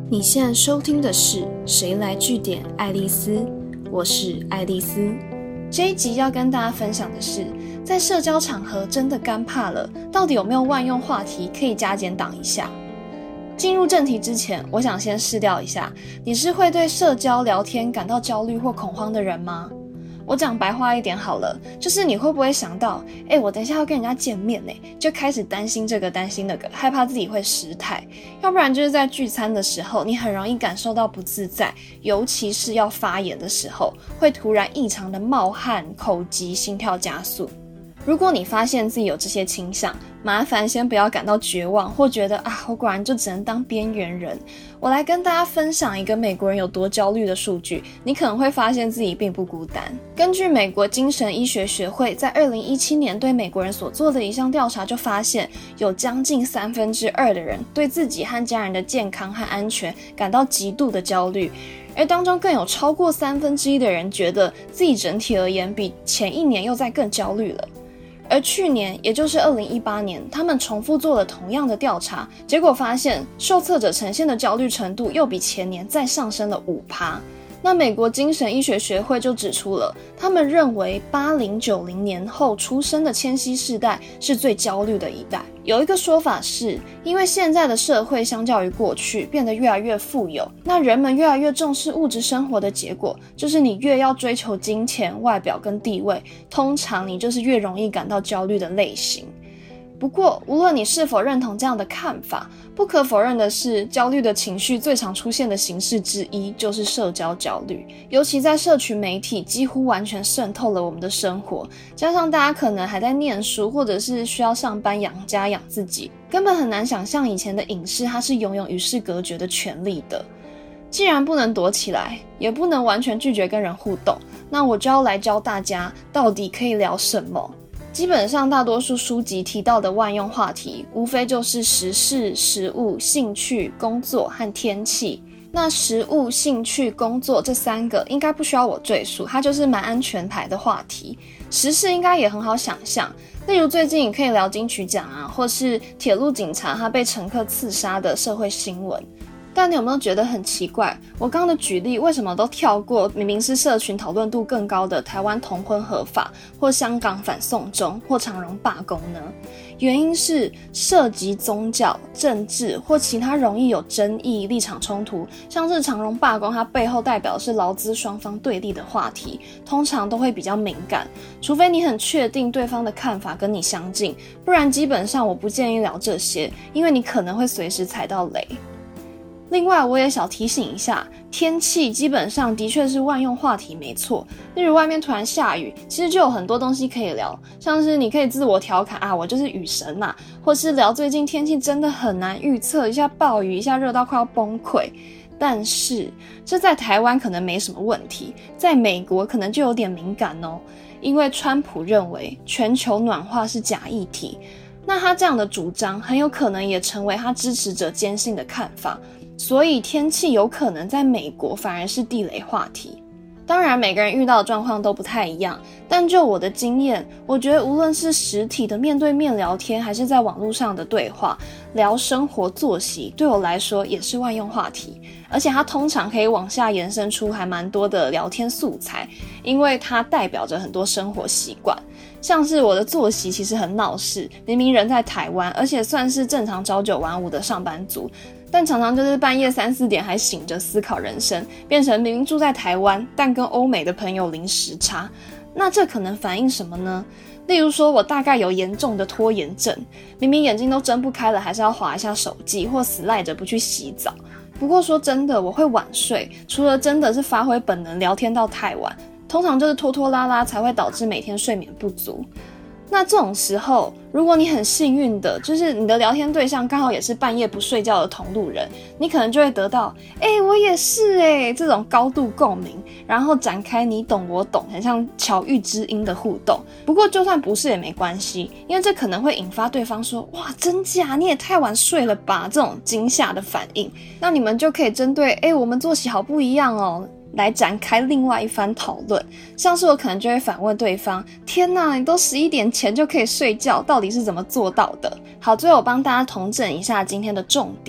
你现在收听的是谁来据点爱丽丝，我是爱丽丝。这一集要跟大家分享的是，在社交场合真的干怕了，到底有没有万用话题可以加减挡一下？进入正题之前，我想先试调一下，你是会对社交聊天感到焦虑或恐慌的人吗？我讲白话一点好了，就是你会不会想到，我等一下要跟人家见面就开始担心这个担心那个，害怕自己会失态。要不然就是在聚餐的时候，你很容易感受到不自在，尤其是要发言的时候，会突然异常的冒汗、口急、心跳加速。如果你发现自己有这些倾向，麻烦先不要感到绝望，或觉得我果然就只能当边缘人。我来跟大家分享一个美国人有多焦虑的数据，你可能会发现自己并不孤单。根据美国精神医学学会在2017年对美国人所做的一项调查就发现，有将近2/3的人对自己和家人的健康和安全感到极度的焦虑，而当中更有超过1/3的人觉得自己整体而言比前一年又再更焦虑了。而去年，也就是2018年，他们重复做了同样的调查，结果发现受测者呈现的焦虑程度又比前年再上升了5%。那美国精神医学学会就指出了，他们认为80、90年后出生的千禧世代是最焦虑的一代。有一个说法是，因为现在的社会相较于过去变得越来越富有，那人们越来越重视物质生活的结果，就是你越要追求金钱、外表跟地位，通常你就是越容易感到焦虑的类型。不过，无论你是否认同这样的看法，不可否认的是，焦虑的情绪最常出现的形式之一就是社交焦虑。尤其在社群媒体几乎完全渗透了我们的生活，加上大家可能还在念书，或者是需要上班养家养自己，根本很难想象以前的隐士它是拥有与世隔绝的权利的。既然不能躲起来，也不能完全拒绝跟人互动，那我就要来教大家到底可以聊什么。基本上大多数书籍提到的万用话题，无非就是时事、食物、兴趣、工作和天气。那食物、兴趣、工作这3个应该不需要我赘述，它就是蛮安全牌的话题。时事应该也很好想象，例如最近你可以聊金曲奖或是铁路警察他被乘客刺杀的社会新闻。但你有没有觉得很奇怪，我刚刚的举例为什么都跳过明明是社群讨论度更高的台湾同婚合法，或香港反送中，或长荣罢工呢？原因是涉及宗教、政治或其他容易有争议、立场冲突，像是长荣罢工它背后代表的是劳资双方对立的话题，通常都会比较敏感，除非你很确定对方的看法跟你相近，不然基本上我不建议聊这些，因为你可能会随时踩到雷。另外，我也小提醒一下，天气基本上的确是万用话题没错。例如外面突然下雨，其实就有很多东西可以聊，像是你可以自我调侃我就是雨神或是聊最近天气真的很难预测，一下暴雨，一下热到快要崩溃。但是这在台湾可能没什么问题，在美国可能就有点敏感哦，因为川普认为全球暖化是假议题，那他这样的主张很有可能也成为他支持者坚信的看法。所以天气有可能在美国反而是地雷话题。当然每个人遇到的状况都不太一样，但就我的经验，我觉得无论是实体的面对面聊天，还是在网络上的对话，聊生活作息对我来说也是万用话题，而且它通常可以往下延伸出还蛮多的聊天素材，因为它代表着很多生活习惯。像是我的作息其实很闹事，明明人在台湾，而且算是正常朝9晚5的上班族，但常常就是半夜3、4点还醒着思考人生，变成明明住在台湾，但跟欧美的朋友零时差。那这可能反映什么呢？例如说我大概有严重的拖延症，明明眼睛都睁不开了，还是要滑一下手机，或死赖着不去洗澡。不过说真的，我会晚睡，除了真的是发挥本能聊天到太晚，通常就是拖拖拉拉才会导致每天睡眠不足。那这种时候，如果你很幸运的，就是你的聊天对象刚好也是半夜不睡觉的同路人，你可能就会得到我也是这种高度共鸣，然后展开你懂我懂，很像巧遇知音的互动。不过就算不是也没关系，因为这可能会引发对方说哇真假你也太晚睡了吧，这种惊吓的反应。那你们就可以针对我们作息好不一样哦，来展开另外一番讨论。像是我可能就会反问对方，天哪，你都11点前就可以睡觉，到底是怎么做到的？好，最后我帮大家统整一下今天的重点。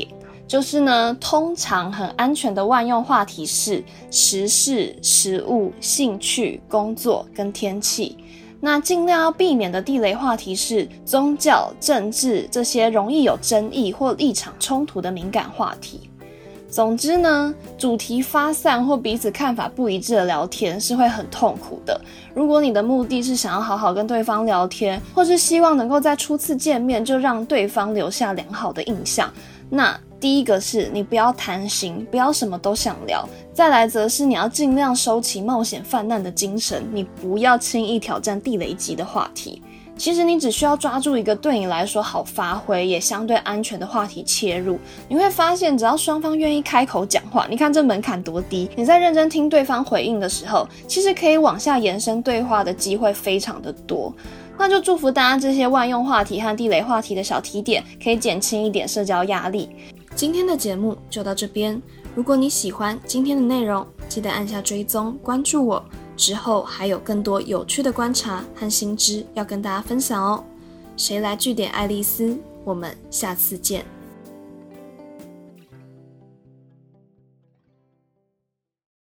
就是呢，通常很安全的万用话题是时事、食物、兴趣、工作跟天气。那尽量要避免的地雷话题是宗教、政治这些容易有争议或立场冲突的敏感话题。总之呢，主题发散或彼此看法不一致的聊天是会很痛苦的。如果你的目的是想要好好跟对方聊天，或是希望能够在初次见面就让对方留下良好的印象，那第一个是你不要贪心，不要什么都想聊。再来则是你要尽量收起冒险犯难的精神，你不要轻易挑战地雷级的话题。其实你只需要抓住一个对你来说好发挥也相对安全的话题切入，你会发现只要双方愿意开口讲话，你看这门槛多低，你在认真听对方回应的时候，其实可以往下延伸对话的机会非常的多。那就祝福大家这些万用话题和地雷话题的小提点可以减轻一点社交压力。今天的节目就到这边，如果你喜欢今天的内容，记得按下追踪关注我，之后还有更多有趣的观察和新知要跟大家分享哦。谁来据点爱丽丝？我们下次见。